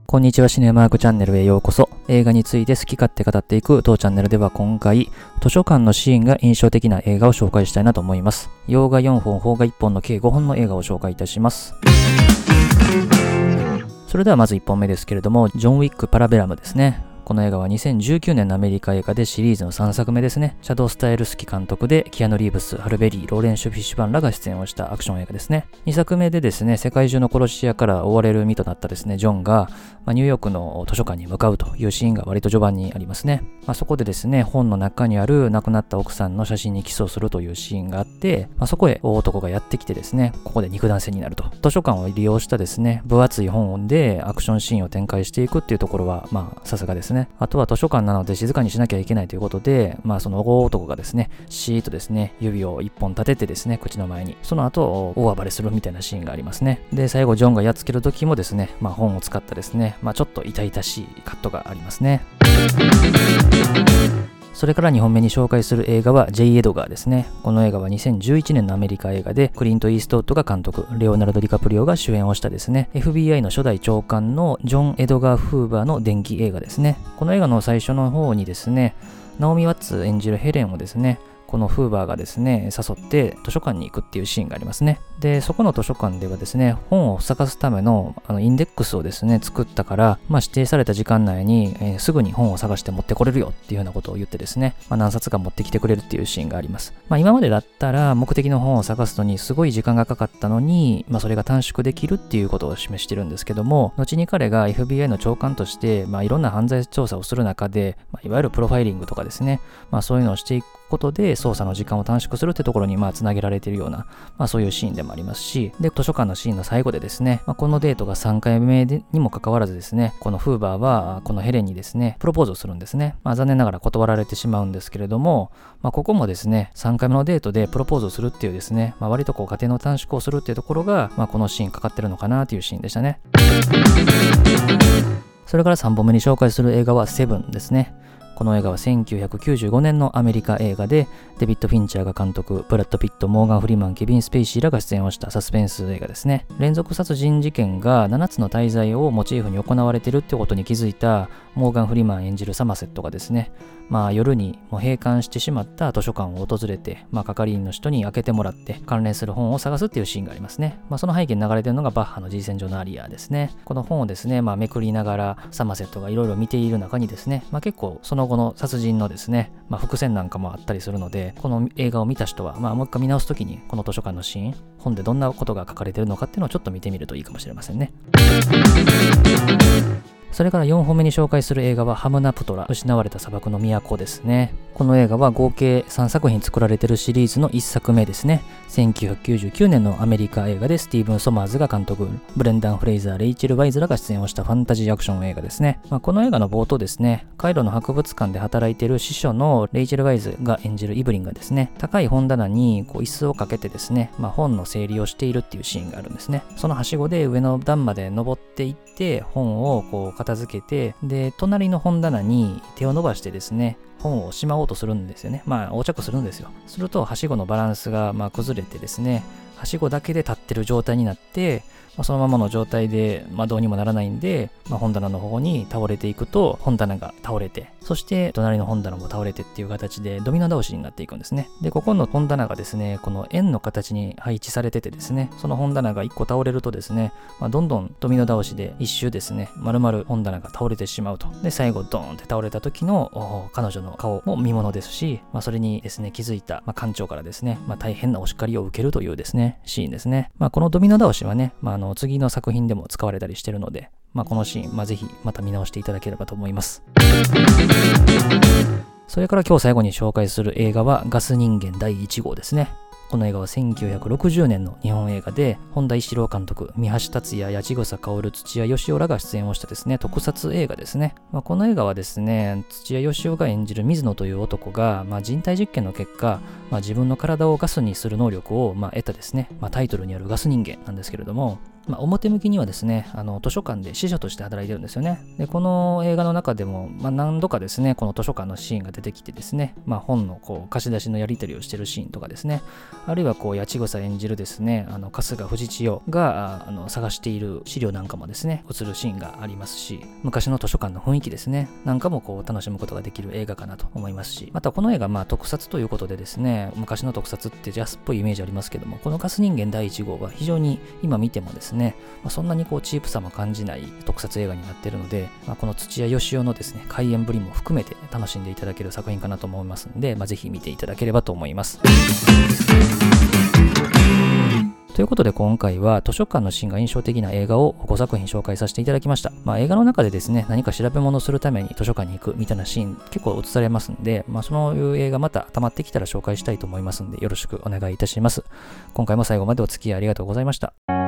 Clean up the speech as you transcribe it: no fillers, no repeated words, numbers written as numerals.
こんにちは、シネマークチャンネルへようこそ。映画について好き勝手語っていく当チャンネルでは今回、図書館のシーンが印象的な映画を紹介したいなと思います。洋画4本、邦画1本の計5本の映画を紹介いたします。それではまず1本目ですけれども、ジョン・ウィック・パラベラムですね。この映画は2019年のアメリカ映画でシリーズの3作目ですね。シャドウ・スタイルスキ監督でキアヌ・リーブス、ハルベリー、ローレンシュ・フィッシュバーンらが出演をしたアクション映画ですね。2作目でですね、世界中の殺し屋から追われる身となったですね、ジョンが、ニューヨークの図書館に向かうというシーンが割と序盤にありますね。そこでですね、本の中にある亡くなった奥さんの写真にキスをするというシーンがあって、そこへ大男がやってきてですね、ここで肉弾戦になると。図書館を利用したですね、分厚い本でアクションシーンを展開していくっていうところは、さすがですね。あとは図書館なので静かにしなきゃいけないということで、その大男がですね、シーッとですね、指を一本立ててですね、口の前に、その後、大暴れするみたいなシーンがありますね。で、最後、ジョンがやっつける時もですね、本を使ったですね、ちょっと痛々しいカットがありますね。それから2本目に紹介する映画は J. エドガーですね。この映画は2011年のアメリカ映画でクリント・イーストウッドが監督、レオナルド・ディカプリオが主演をしたですね、FBI の初代長官のジョン・エドガー・フーバーの伝記映画ですね。この映画の最初の方にですね、ナオミ・ワッツ演じるヘレンをですね、このフーバーがですね、誘って図書館に行くっていうシーンがありますね。で、そこの図書館ではですね、本を探すためのインデックスをですね、作ったから、指定された時間内に、すぐに本を探して持ってこれるよっていうようなことを言ってですね、何冊か持ってきてくれるっていうシーンがあります。今までだったら目的の本を探すのにすごい時間がかかったのに、それが短縮できるっていうことを示してるんですけども、後に彼が FBI の長官として、いろんな犯罪調査をする中で、いわゆるプロファイリングとかですね、そういうのをしていくことで捜査の時間を短縮するってところにつなげられているような、そういうシーンでもありますし、で、図書館のシーンの最後でですね、このデートが3回目にもかかわらずですね、このフーバーはこのヘレンにですね、プロポーズをするんですね。残念ながら断られてしまうんですけれども、ここもですね、3回目のデートでプロポーズをするっていうですね、割と家庭の短縮をするっていうところが、このシーンかかってるのかなというシーンでしたね。それから3本目に紹介する映画はセブンですね。この映画は1995年のアメリカ映画で、デビッド・フィンチャーが監督、ブラッド・ピット、モーガン・フリーマン、ケビン・スペイシーらが出演をしたサスペンス映画ですね。連続殺人事件が7つの大罪をモチーフに行われているってことに気づいたモーガン・フリーマン演じるサマセットがですね、夜にもう閉館してしまった図書館を訪れて、係員の人に開けてもらって関連する本を探すっていうシーンがありますね。その背景に流れているのがバッハの G 線上のアリアですね。この本をですね、めくりながらサマセットがいろいろ見ている中にですね、結構その後の殺人のですね、伏線なんかもあったりするので、この映画を見た人は、もう一回見直すときにこの図書館のシーン、本でどんなことが書かれているのかっていうのをちょっと見てみるといいかもしれませんね。それから4本目に紹介する映画はハムナプトラ、失われた砂漠の都ですね。この映画は合計3作品作られているシリーズの1作目ですね。1999年のアメリカ映画でスティーブン・ソマーズが監督、ブレンダン・フレイザー、レイチェル・ワイズらが出演をしたファンタジーアクション映画ですね。この映画の冒頭ですね、カイロの博物館で働いている司書のレイチェル・ワイズが演じるイブリンがですね、高い本棚に椅子をかけてですね、本の整理をしているっていうシーンがあるんですね。そのはしごで上の段まで登っていって、本を片付けて、で、隣の本棚に手を伸ばしてですね、本をしまおうとするんですよね。横着するんですよ。すると、はしごのバランスが崩れてですね、はしごだけで立ってる状態になって、そのままの状態で、どうにもならないんで、本棚の方に倒れていくと、本棚が倒れて、そして隣の本棚も倒れてっていう形でドミノ倒しになっていくんですね。で、ここの本棚がですね、この円の形に配置されててですね、その本棚が1個倒れるとですね、どんどんドミノ倒しで一周ですね、丸々本棚が倒れてしまうと。で、最後ドーンって倒れた時の彼女の顔も見ものですし、それにですね、気づいた館長からですね、大変なお叱りを受けるというですね、シーンですね。このドミノ倒しはね、次の作品でも使われたりしてるので、このシーン、ぜひまた見直していただければと思います。それから今日最後に紹介する映画はガス人間第1号ですね。この映画は1960年の日本映画で、本田一郎監督、三橋達也、八千草薫、土屋義雄らが出演をしたですね、特撮映画ですね。この映画はですね、土屋義雄が演じる水野という男が、人体実験の結果、自分の体をガスにする能力を得たですね、タイトルにあるガス人間なんですけれども、 表向きにはですね、図書館で司書として働いてるんですよね。で、この映画の中でも、何度かですね、この図書館のシーンが出てきてですね、本の貸し出しのやり取りをしてるシーンとかですね、あるいは八千草演じるですね、春日藤千代が探している資料なんかもですね、映るシーンがありますし、昔の図書館の雰囲気ですね、なんかも楽しむことができる映画かなと思いますし、またこの映画特撮ということでですね、昔の特撮ってジャスっぽいイメージありますけども、このガス人間第1号は非常に今見てもですね、そんなにチープさも感じない特撮映画になっているので、この土屋義雄のですね、怪演ぶりも含めて楽しんでいただける作品かなと思いますので、ぜひ見ていただければと思います。ということで今回は図書館のシーンが印象的な映画を5作品紹介させていただきました。映画の中でですね、何か調べ物をするために図書館に行くみたいなシーン結構映されますんで、そういう映画また溜まってきたら紹介したいと思いますんで、よろしくお願いいたします。今回も最後までお付き合いありがとうございました。